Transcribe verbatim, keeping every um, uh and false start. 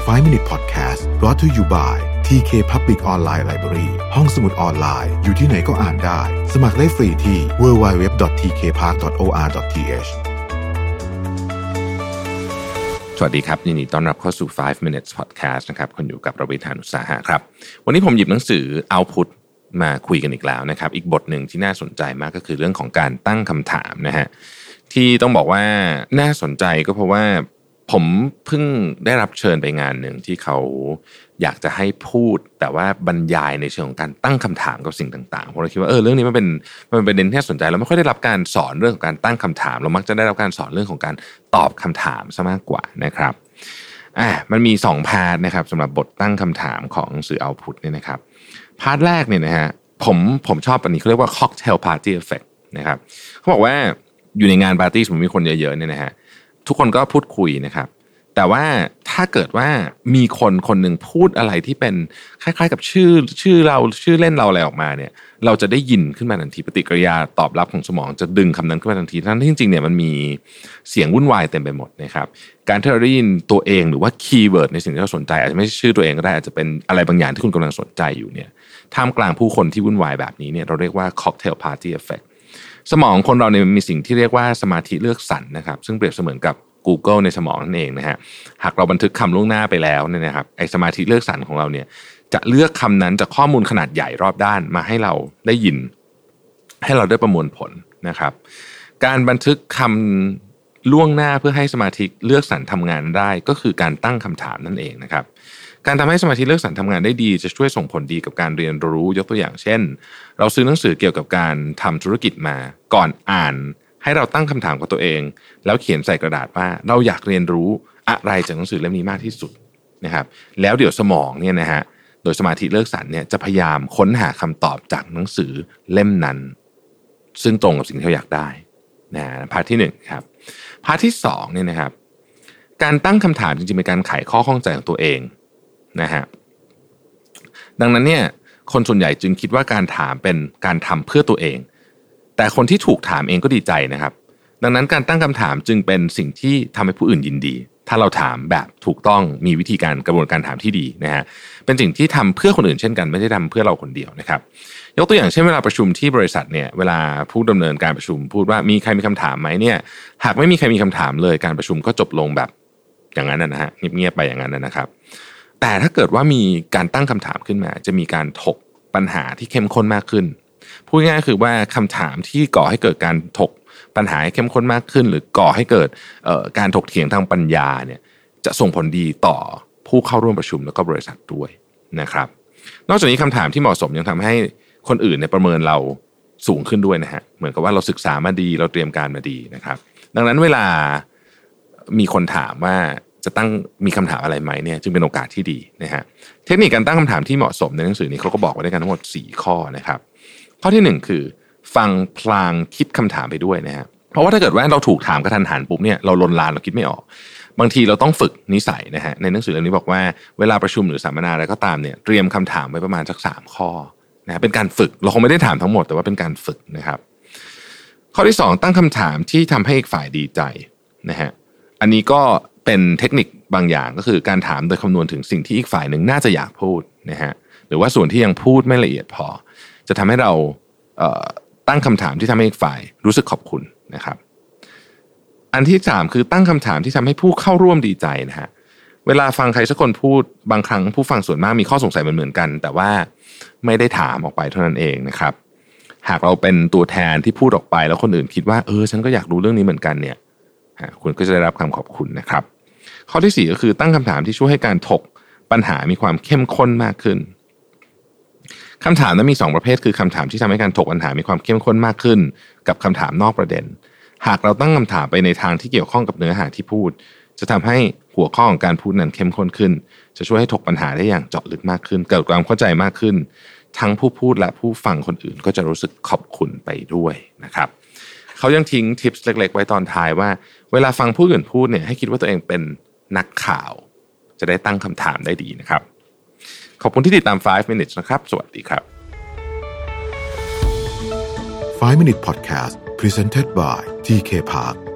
ไฟว์ มินิท Podcast brought to you by ที เค Public Online Library ห้องสมุดออนไลน์อยู่ที่ไหนก็อ่านได้สมัครได้ฟรีที่ ดับเบิลยู ดับเบิลยู ดับเบิลยู ดอท ที เค พาร์ค ดอท โอ อาร์ ดอท ที เอชสวัสดีครับยินดีต้อนรับเข้าสู่ ไฟว์ มินิท Podcast นะครับคุณอยู่กับรวิธานุสาหะครับวันนี้ผมหยิบหนังสือ Output มาคุยกันอีกแล้วนะครับอีกบทหนึ่งที่น่าสนใจมากก็คือเรื่องของการตั้งคำถามนะฮะที่ต้องบอกว่าน่าสนใจก็เพราะว่าผมเพิ่งได้รับเชิญไปงานหนึ่งที่เขาอยากจะให้พูดแต่ว่าบรรยายในเชิงของการตั้งคำถามกับสิ่งต่างๆเพราะเราคิดว่าเออเรื่องนี้มันเป็นมันเป็นประเด็นที่น่าสนใจเราไม่ค่อยได้รับการสอนเรื่องของการตั้งคำถามเรามักจะได้รับการสอนเรื่องของการตอบคำถามซะมากกว่านะครับอ่ะมันมีสองพาร์ทนะครับสำหรับบทตั้งคำถามของสื่อ Output เนี่ยนะครับพาร์ทแรกเนี่ยนะฮะผมผมชอบอันนี้เขาเรียกว่า Cocktail Party Effect นะครับเขาบอกว่าอยู่ในงานปาร์ตี้สมมติมีคนเยอะๆเนี่ยนะฮะทุกคนก็พูดคุยนะครับแต่ว่าถ้าเกิดว่ามีคนคนหนึ่งพูดอะไรที่เป็นคล้ายๆกับชื่อชื่อเราชื่อเล่นเราอะไรออกมาเนี่ยเราจะได้ยินขึ้นมาทันทีปฏิกิริยาตอบรับของสมองจะดึงคำนั้นขึ้นมาทันทีทั้งที่จริงๆเนี่ยมันมีเสียงวุ่นวายเต็มไปหมดนะครับการที่เราได้ยินตัวเองหรือว่าคีย์เวิร์ดในสิ่งที่เราสนใจอาจจะไม่ใช่ชื่อตัวเองก็ได้อาจจะเป็นอะไรบางอย่างที่คุณกำลังสนใจอยู่เนี่ยท่ามกลางผู้คนที่วุ่นวายแบบนี้เนี่ยเราเรียกว่า cocktail party effect สมองคนเราเนี่ยมีสิ่งที่เรียกว่าสมาธิเลือกสรรนะครับซึ่งเปรียบเสมือนกับGoogle ในสมองนั่นเองนะฮะหากเราบันทึกคำล่วงหน้าไปแล้วเนี่ยนะครับไอ้สมาธิเลือกสรรของเราเนี่ยจะเลือกคำนั้นจากข้อมูลขนาดใหญ่รอบด้านมาให้เราได้ยินให้เราได้ประมวลผลนะครับการบันทึกคำล่วงหน้าเพื่อให้สมาธิเลือกสรรทำงานได้ก็คือการตั้งคำถามนั่นเองนะครับการทำให้สมาธิเลือกสรรทำงานได้ดีจะช่วยส่งผลดีกับการเรียนรู้ยกตัวอย่างเช่นเราซื้อหนังสือเกี่ยวกับการทำธุรกิจมาก่อนอ่านให้เราตั้งคำถามกับตัวเองแล้วเขียนใส่กระดาษว่าเราอยากเรียนรู้อะไรจากหนังสือเล่มนี้มากที่สุดนะครับแล้วเดี๋ยวสมองเนี่ยนะฮะโดยสมาธิเลิกสรรเนี่ยจะพยายามค้นหาคำตอบจากหนังสือเล่มนั้นซึ่งตรงกับสิ่งที่เราอยากได้นะพาร์ทที่หนึ่งครับพาร์ทที่สองเนี่ยนะครับการตั้งคำถามจริงๆเป็นการไขข้อข้องใจของตัวเองนะฮะดังนั้นเนี่ยคนส่วนใหญ่จึงคิดว่าการถามเป็นการทำเพื่อตัวเองแต่คนที่ถูกถามเองก็ดีใจนะครับดังนั้นการตั้งคำถามจึงเป็นสิ่งที่ทำให้ผู้อื่นยินดีถ้าเราถามแบบถูกต้องมีวิธีการกระบวนการถามที่ดีนะฮะเป็นสิ่งที่ทำเพื่อคนอื่นเช่นกันไม่ได้ทำเพื่อเราคนเดียวนะครับยกตัวอย่างเช่นเวลาประชุมที่บริษัทเนี่ยเวลาผู้ดำเนินการประชุมพูดว่ามีใครมีคำถามไหมเนี่ยหากไม่มีใครมีคำถามเลยการประชุมก็จบลงแบบอย่างนั้นนะฮะเงียบๆไปอย่างนั้นนะครับแต่ถ้าเกิดว่ามีการตั้งคำถามขึ้นมาจะมีการถกปัญหาที่เข้มข้นมากขึ้นพูดง่ายๆคือว่าคำถามที่ก่อให้เกิดการถกปัญหาให้เข้มข้นมากขึ้นหรือก่อให้เกิดการถกเถียงทางปัญญาเนี่ยจะส่งผลดีต่อผู้เข้าร่วมประชุมแล้วก็บริษัทด้วยนะครับนอกจากนี้คำถามที่เหมาะสมยังทำให้คนอื่นเนี่ยประเมินเราสูงขึ้นด้วยนะฮะเหมือนกับว่าเราศึกษามาดีเราเตรียมการมาดีนะครับดังนั้นเวลามีคนถามว่าจะตั้งมีคำถามอะไรไหมเนี่ยจึงเป็นโอกาสที่ดีนะฮะเทคนิคการตั้งคำถามที่เหมาะสมในหนังสือนี้เขาก็บอกไว้ด้วยกันทั้งหมดสี่ข้อนะครับข้อที่หนึ่งคือฟังพลางคิดคำถามไปด้วยนะฮะเพราะว่าถ้าเกิดว่าเราถูกถามกระทันหันปุ๊บเนี่ยเราลนลานเราคิดไม่ออกบางทีเราต้องฝึกนิสัยนะฮะในหนังสือเล่มนี้บอกว่าเวลาประชุมหรือสัมมนาอะไรก็ตามเนี่ยเตรียมคำถามไว้ประมาณสักสามข้อนะเป็นการฝึกเราคงไม่ได้ถามทั้งหมดแต่ว่าเป็นการฝึกนะครับข้อที่สองตั้งคำถามที่ทำให้อีกฝ่ายดีใจนะฮะอันนี้ก็เป็นเทคนิคบางอย่างก็คือการถามโดยคำนวณถึงสิ่งที่อีกฝ่ายหนึ่งน่าจะอยากพูดนะฮะหรือว่าส่วนที่ยังพูดไม่ละเอียดพอจะทำให้เราตั้งคำถามที่ทำให้อีกฝ่ายรู้สึกขอบคุณนะครับอันที่สามคือตั้งคำถามที่ทำให้ผู้เข้าร่วมดีใจนะฮะเวลาฟังใครสักคนพูดบางครั้งผู้ฟังส่วนมากมีข้อสงสัยเหมือนๆกันแต่ว่าไม่ได้ถามออกไปเท่านั้นเองนะครับหากเราเป็นตัวแทนที่พูดออกไปแล้วคนอื่นคิดว่าเออฉันก็อยากรู้เรื่องนี้เหมือนกันเนี่ยคุณก็จะได้รับคำขอบคุณนะครับข้อที่สี่ก็คือตั้งคำถามที่ช่วยให้การถกปัญหามีความเข้มข้นมากขึ้นคำถามนั้นมีสองประเภทคือคำถามที่ทำให้การถกปัญหามีความเข้มข้นมากขึ้นกับคำถามนอกประเด็นหากเราตั้งคำถามไปในทางที่เกี่ยวข้องกับเนื้อหาที่พูดจะทำให้หัวข้อของการพูดนั้นเข้มข้นขึ้นจะช่วยให้ถกปัญหาได้อย่างเจาะลึกมากขึ้นเกิดความเข้าใจมากขึ้นทั้งผู้พูดและผู้ฟังคนอื่นก็จะรู้สึกขอบคุณไปด้วยนะครับเขายังทิ้งทิปส์เล็กๆไว้ตอนท้ายว่าเวลาฟังผู้อื่นพูดเนี่ยให้คิดว่าตัวเองเป็นนักข่าวจะได้ตั้งคำถามได้ดีนะครับขอบคุณที่ติดตามไฟว์ minutes นะครับสวัสดีครับไฟว์ มินิท Podcast Presented by ที เค Park